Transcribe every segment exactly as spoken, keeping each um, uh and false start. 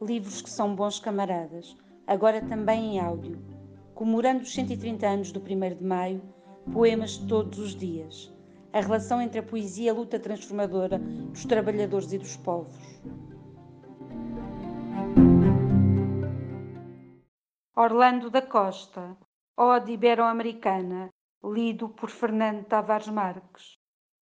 livros que são bons camaradas, agora também em áudio, comemorando os cento e trinta anos do primeiro de maio, poemas de todos os dias, a relação entre a poesia e a luta transformadora dos trabalhadores e dos povos. Orlando da Costa, Ode Ibero-Americana, lido por Fernando Tavares Marques.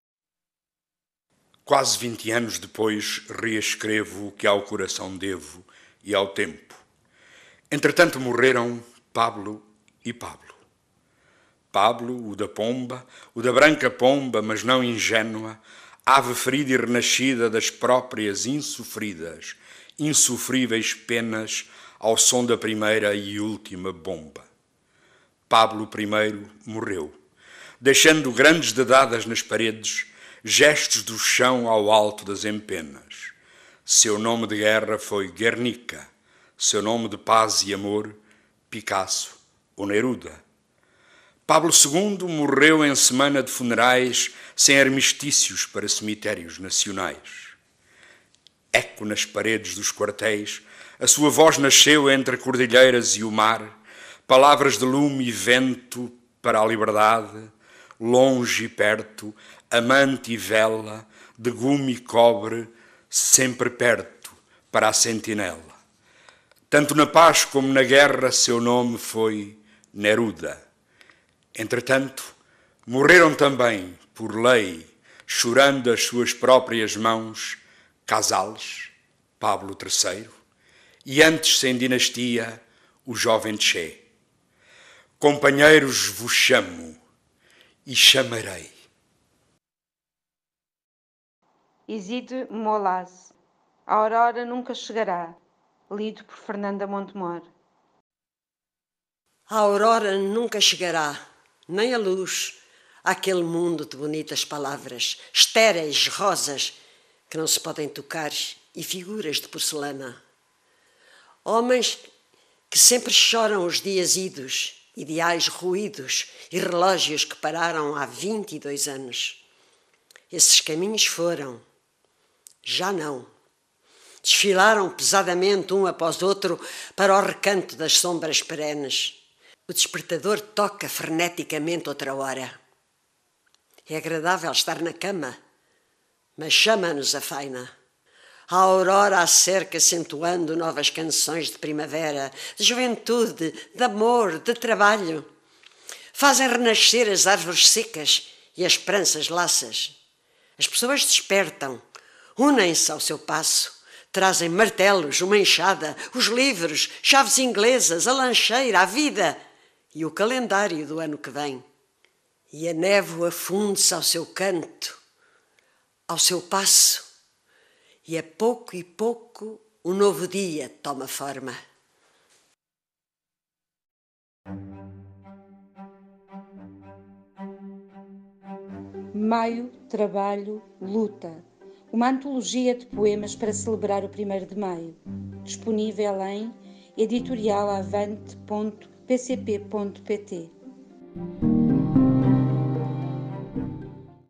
Quase vinte anos depois, reescrevo o que ao coração devo e ao tempo. Entretanto morreram Pablo e Pablo. Pablo, o da pomba, o da branca pomba, mas não ingênua, ave ferida e renascida das próprias insofridas, insofríveis penas ao som da primeira e última bomba. Pablo primeiro morreu, deixando grandes dedadas nas paredes, gestos do chão ao alto das empenas. Seu nome de guerra foi Guernica, seu nome de paz e amor, Picasso ou Neruda. Pablo segundo morreu em semana de funerais, sem armistícios para cemitérios nacionais. Eco nas paredes dos quartéis, a sua voz nasceu entre cordilheiras e o mar, palavras de lume e vento para a liberdade, longe e perto, amante e vela, de gume e cobre, sempre perto, para a sentinela. Tanto na paz como na guerra seu nome foi Neruda. Entretanto, morreram também, por lei, chorando as suas próprias mãos, Casales, Pablo terceiro, e antes, sem dinastia, o jovem Che. Companheiros vos chamo e chamarei. Iside Molas, A Aurora Nunca Chegará, lido por Fernanda Montemor. A aurora nunca chegará, nem a luz, àquele mundo de bonitas palavras, estéreis, rosas, que não se podem tocar, e figuras de porcelana. Homens que sempre choram os dias idos, ideais ruídos e relógios que pararam há vinte e dois anos. Esses caminhos foram, já não. Desfilaram pesadamente um após outro para o recanto das sombras perenes. O despertador toca freneticamente outra hora. É agradável estar na cama, mas chama-nos a faina. A aurora acerca acentuando novas canções de primavera, de juventude, de amor, de trabalho. Fazem renascer as árvores secas e as esperanças laças. As pessoas despertam, unem-se ao seu passo, trazem martelos, uma enxada, os livros, chaves inglesas, a lancheira, a vida e o calendário do ano que vem. E a névoa funde-se ao seu canto, ao seu passo, e a pouco e pouco o novo dia toma forma. Maio, Trabalho, Luta. Uma antologia de poemas para celebrar o primeiro de maio. Disponível em editorial avante ponto p c p ponto p t.